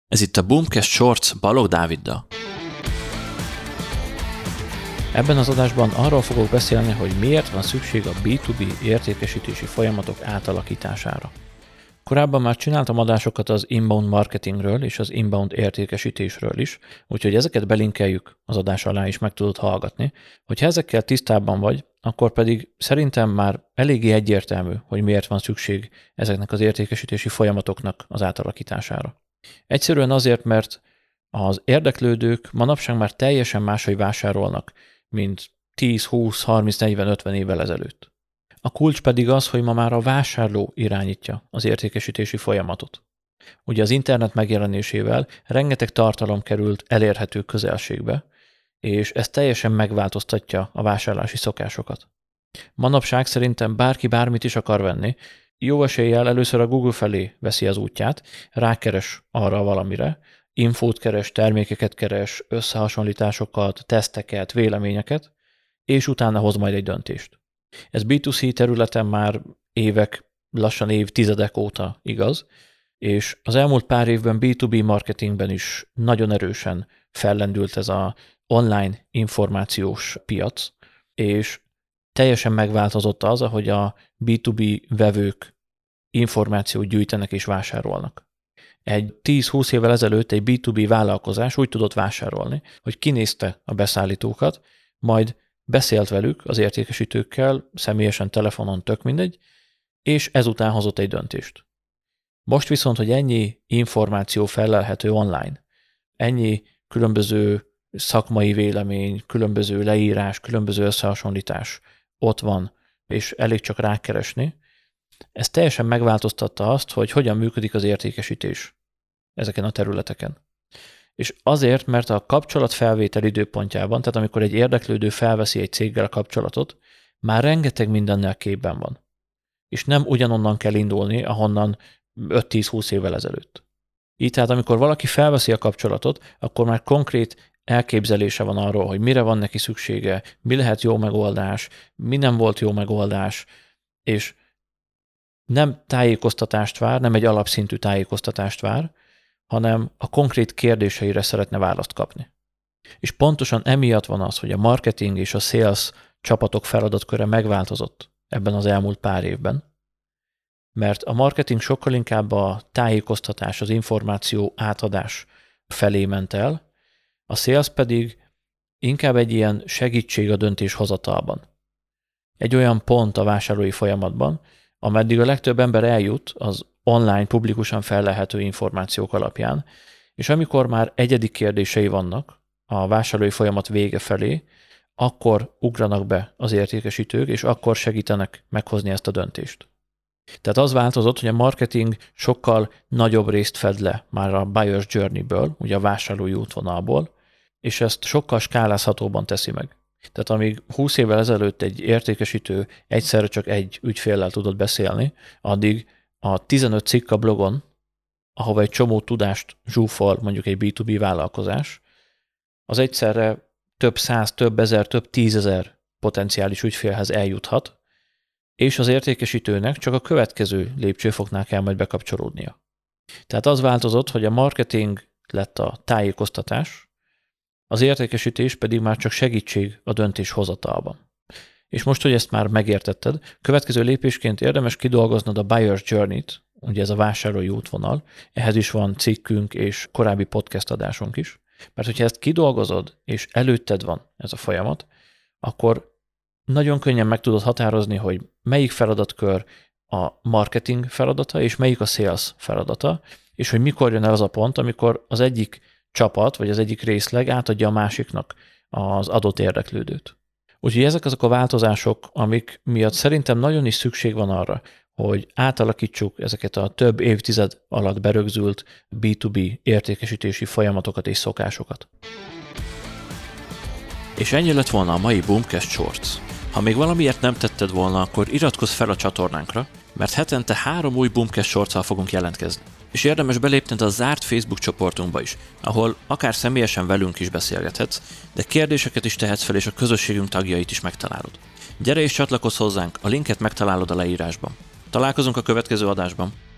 Ez itt a Boomcast Shorts Balogh Dáviddal. Ebben az adásban arról fogok beszélni, hogy miért van szükség a B2B értékesítési folyamatok átalakítására. Korábban már csináltam adásokat az inbound marketingről és az inbound értékesítésről is, úgyhogy ezeket belinkeljük az adás alá is meg tudod hallgatni. Hogyha ezekkel tisztában vagy, akkor pedig szerintem már eléggé egyértelmű, hogy miért van szükség ezeknek az értékesítési folyamatoknak az átalakítására. Egyszerűen azért, mert az érdeklődők manapság már teljesen máshogy vásárolnak, mint 10, 20, 30, 40, 50 évvel ezelőtt. A kulcs pedig az, hogy ma már a vásárló irányítja az értékesítési folyamatot. Ugye az internet megjelenésével rengeteg tartalom került elérhető közelségbe, és ez teljesen megváltoztatja a vásárlási szokásokat. Manapság szerintem bárki bármit is akar venni, jó eséllyel először a Google felé veszi az útját, rákeres arra valamire, infót keres, termékeket keres, összehasonlításokat, teszteket, véleményeket, és utána hoz majd egy döntést. Ez B2C területen már évek, lassan évtizedek óta igaz, és az elmúlt pár évben B2B marketingben is nagyon erősen fellendült ez az online információs piac, és teljesen megváltozott az, ahogy a B2B vevők információt gyűjtenek és vásárolnak. Egy 10-20 évvel ezelőtt egy B2B vállalkozás úgy tudott vásárolni, hogy kinézte a beszállítókat, majd beszélt velük, az értékesítőkkel, személyesen, telefonon, tök mindegy, és ezután hozott egy döntést. Most viszont, hogy ennyi információ fellelhető online, ennyi különböző szakmai vélemény, különböző leírás, különböző összehasonlítás ott van, és elég csak rákeresni, ez teljesen megváltoztatta azt, hogy hogyan működik az értékesítés ezeken a területeken. És azért, mert a kapcsolatfelvétel időpontjában, tehát amikor egy érdeklődő felveszi egy céggel a kapcsolatot, már rengeteg mindennel képben van. És nem ugyanonnan kell indulni, ahonnan 5-10-20 évvel ezelőtt. Így tehát amikor valaki felveszi a kapcsolatot, akkor már konkrét elképzelése van arról, hogy mire van neki szüksége, mi lehet jó megoldás, mi nem volt jó megoldás, és nem tájékoztatást vár, nem egy alapszintű tájékoztatást vár, hanem a konkrét kérdéseire szeretne választ kapni. És pontosan emiatt van az, hogy a marketing és a sales csapatok feladatköre megváltozott ebben az elmúlt pár évben, mert a marketing sokkal inkább a tájékoztatás, az információ átadás felé ment el, a sales pedig inkább egy ilyen segítség a döntéshozatalban. Egy olyan pont a vásárlói folyamatban, ameddig a legtöbb ember eljut az online publikusan fellelhető információk alapján, és amikor már egyedi kérdései vannak a vásárlói folyamat vége felé, akkor ugranak be az értékesítők, és akkor segítenek meghozni ezt a döntést. Tehát az változott, hogy a marketing sokkal nagyobb részt fed le már a buyer's journey-ből, ugye a vásárlói útvonalból, és ezt sokkal skálázhatóban teszi meg. Tehát amíg 20 évvel ezelőtt egy értékesítő egyszerre csak egy ügyféllel tudott beszélni, addig a 15 cikk a blogon, ahova egy csomó tudást zsúfol mondjuk egy B2B vállalkozás, az egyszerre több száz, több ezer, több tízezer potenciális ügyfélhez eljuthat, és az értékesítőnek csak a következő lépcsőfoknál kell majd bekapcsolódnia. Tehát az változott, hogy a marketing lett a tájékoztatás, az értékesítés pedig már csak segítség a döntéshozatalban. És most, hogy ezt már megértetted, következő lépésként érdemes kidolgoznod a buyer's journey-t, ugye ez a vásárlói útvonal, ehhez is van cikkünk és korábbi podcast adásunk is, mert hogyha ezt kidolgozod, és előtted van ez a folyamat, akkor nagyon könnyen meg tudod határozni, hogy melyik feladatkör a marketing feladata, és melyik a sales feladata, és hogy mikor jön el az a pont, amikor az egyik csapat, vagy az egyik részleg átadja a másiknak az adott érdeklődőt. Úgyhogy ezek azok a változások, amik miatt szerintem nagyon is szükség van arra, hogy átalakítsuk ezeket a több évtized alatt berögzült B2B értékesítési folyamatokat és szokásokat. És ennyi lett volna a mai Boomcast Shorts. Ha még valamiért nem tetted volna, akkor iratkozz fel a csatornánkra, mert hetente 3 új Boomcast Shorts-al fogunk jelentkezni. És érdemes belépned a zárt Facebook csoportunkba is, ahol akár személyesen velünk is beszélgethetsz, de kérdéseket is tehetsz fel, és a közösségünk tagjait is megtalálod. Gyere és csatlakozz hozzánk, a linket megtalálod a leírásban. Találkozunk a következő adásban.